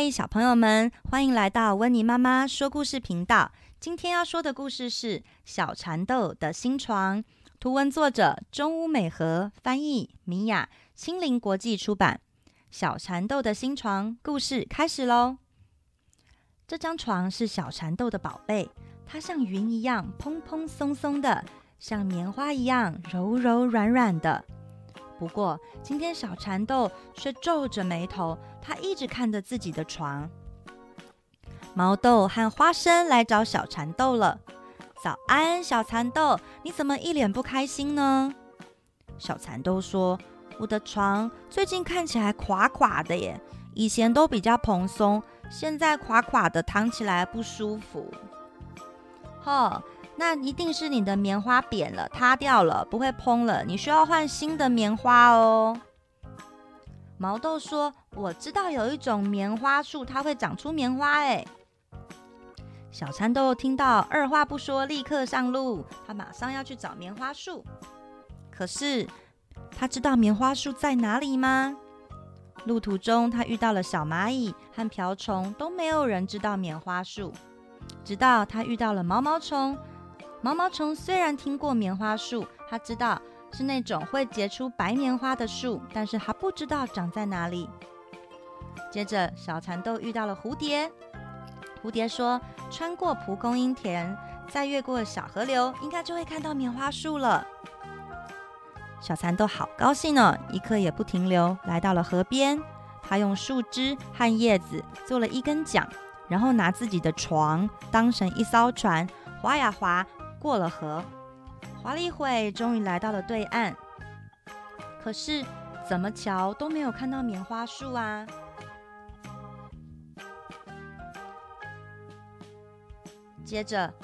嗨，小朋友们，欢迎来到温妮妈妈说故事频道。今天要说的故事是小蚕豆的新床，图文作者中屋美和，翻译米雅，心灵国际出版。小蚕豆的新床故事开始咯。这张床是小蚕豆的宝贝，它像云一样蓬蓬松松的，像棉花一样柔柔软软的。不过今天小蚕豆却皱着眉头，他一直看着自己的床。毛豆和花生来找小蚕豆了。早安，小蚕豆，你怎么一脸不开心呢？小蚕豆说，我的床最近看起来垮垮的耶，以前都比较蓬松，现在垮垮的，躺起来不舒服。那一定是你的棉花扁了，塌掉了，不会蓬了，你需要换新的棉花哦。毛豆说，我知道有一种棉花树，它会长出棉花诶。小蚕豆听到，二话不说立刻上路，他马上要去找棉花树。可是他知道棉花树在哪里吗？路途中他遇到了小蚂蚁和瓢虫，都没有人知道棉花树。直到他遇到了毛毛虫，毛毛虫虽然听过棉花树，他知道是那种会结出白棉花的树，但是他不知道长在哪里。接着小蚕豆遇到了蝴蝶，蝴蝶说，穿过蒲公英田，再越过小河流，应该就会看到棉花树了。小蚕豆好高兴哦，一刻也不停留，来到了河边。他用树枝和叶子做了一根桨，然后拿自己的床当成一艘船，划呀划过了河。划了一会，终于来到了对岸。可是怎么瞧都没有看到棉花树啊。接着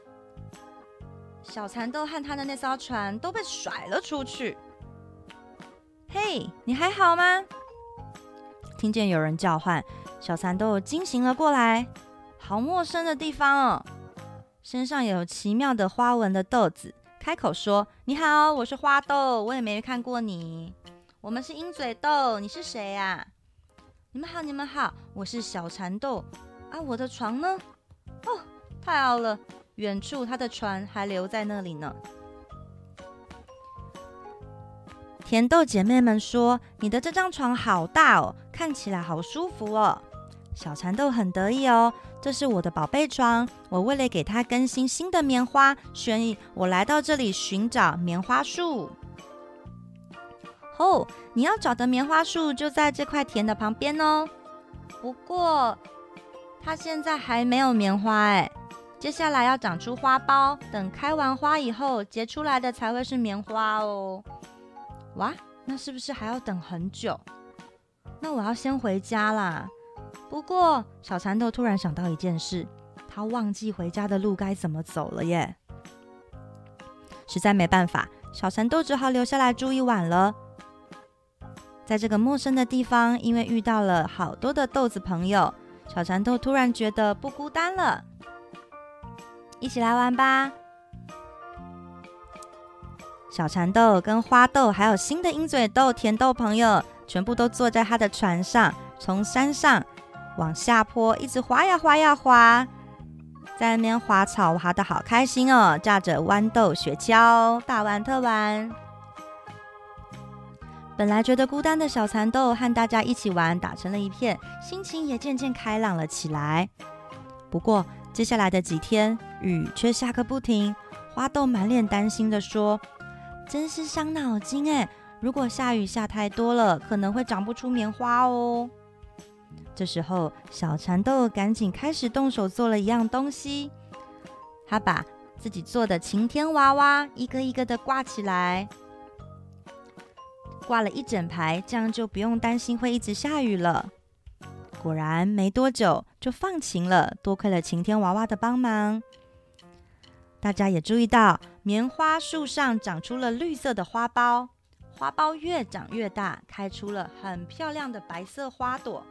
小蚕豆和他的那艘船都被甩了出去。嘿，你还好吗？听见有人叫唤，小蚕豆惊醒了过来。好陌生的地方哦，身上有奇妙的花纹的豆子，开口说，你好，我是花豆，我也没看过你。我们是鹰嘴豆，你是谁啊？你们好，你们好，我是小蚕豆啊，我的床呢？哦，太好了，远处他的船还留在那里呢。甜豆姐妹们说，你的这张床好大哦，看起来好舒服哦。小蚕豆很得意哦，这是我的宝贝床，我为了给它更新新的棉花，所以我来到这里寻找棉花树。你要找的棉花树就在这块田的旁边哦。不过它现在还没有棉花哎，接下来要长出花苞，等开完花以后结出来的才会是棉花哦。哇，那是不是还要等很久？那我要先回家啦。不过小蚕豆突然想到一件事，他忘记回家的路该怎么走了耶。实在没办法，小蚕豆只好留下来住一晚了。在这个陌生的地方，因为遇到了好多的豆子朋友，小蚕豆突然觉得不孤单了。一起来玩吧！小蚕豆跟花豆还有新的鹰嘴豆、甜豆朋友全部都坐在他的船上，从山上往下坡一直滑呀滑呀滑，在那边滑草滑得好开心哦，驾着豌豆雪橇大玩特玩。本来觉得孤单的小蚕豆和大家一起玩打成了一片，心情也渐渐开朗了起来。不过接下来的几天雨却下个不停，花豆满脸担心地说，真是伤脑筋耶，如果下雨下太多了，可能会长不出棉花哦。这时候小蚕豆赶紧开始动手做了一样东西，他把自己做的晴天娃娃一个一个的挂起来，挂了一整排，这样就不用担心会一直下雨了。果然没多久就放晴了，多亏了晴天娃娃的帮忙。大家也注意到棉花树上长出了绿色的花苞，花苞越长越大，开出了很漂亮的白色花朵。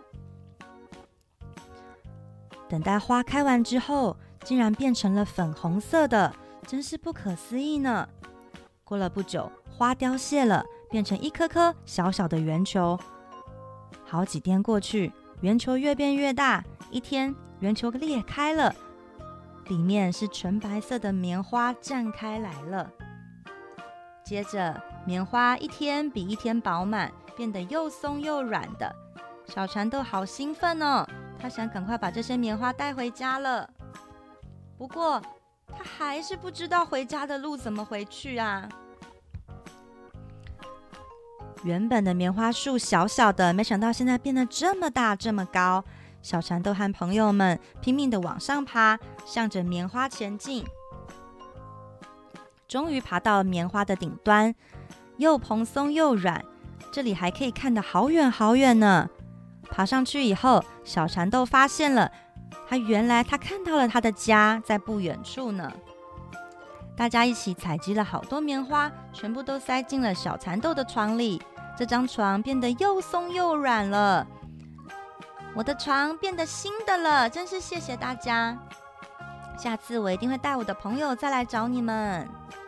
等待花开完之后，竟然变成了粉红色的，真是不可思议呢。过了不久，花凋谢了，变成一颗颗小小的圆球。好几天过去， 圆球越变越大，一天圆球裂开了，里面是纯白色的棉花绽开来了。接着棉花一天比一天饱满，变得又松又软的。小蚕豆好兴奋哦，他想赶快把这些棉花带回家了。不过他还是不知道回家的路怎么回去啊。原本的棉花树小小的，没想到现在变得这么大这么高。小蚕豆和朋友们拼命的往上爬，向着棉花前进。终于爬到棉花的顶端，又蓬松又软，这里还可以看得好远好远呢。爬上去以后，小蚕豆发现了，原来他看到了他的家在不远处呢。大家一起采集了好多棉花，全部都塞进了小蚕豆的床里。这张床变得又松又软了。我的床变得新的了，真是谢谢大家。下次我一定会带我的朋友再来找你们。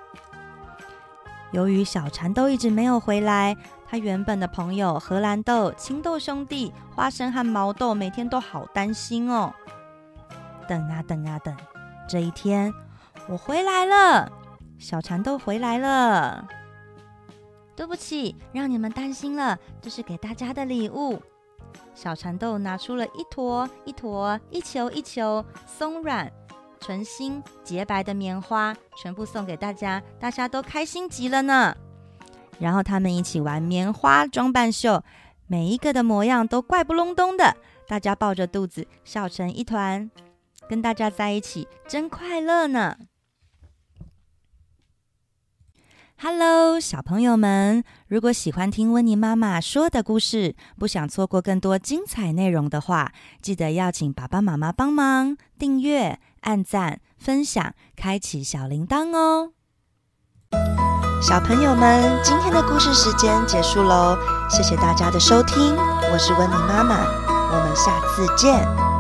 由于小蚕豆一直没有回来，他原本的朋友荷兰豆、青豆兄弟、花生和毛豆每天都好担心哦。等啊等啊等，这一天我回来了，小蚕豆回来了。对不起，让你们担心了，这是给大家的礼物。小蚕豆拿出了一坨一坨、一球一球松软、纯新、洁白的棉花，全部送给大家，大家都开心极了呢。然后他们一起玩棉花装扮秀，每一个的模样都怪不隆咚的，大家抱着肚子笑成一团，跟大家在一起真快乐呢。Hello， 小朋友们，如果喜欢听温妮妈妈说的故事，不想错过更多精彩内容的话，记得要请爸爸妈妈帮忙订阅、按赞、分享、开启小铃铛哦。小朋友们，今天的故事时间结束喽，谢谢大家的收听，我是温妮妈妈，我们下次见。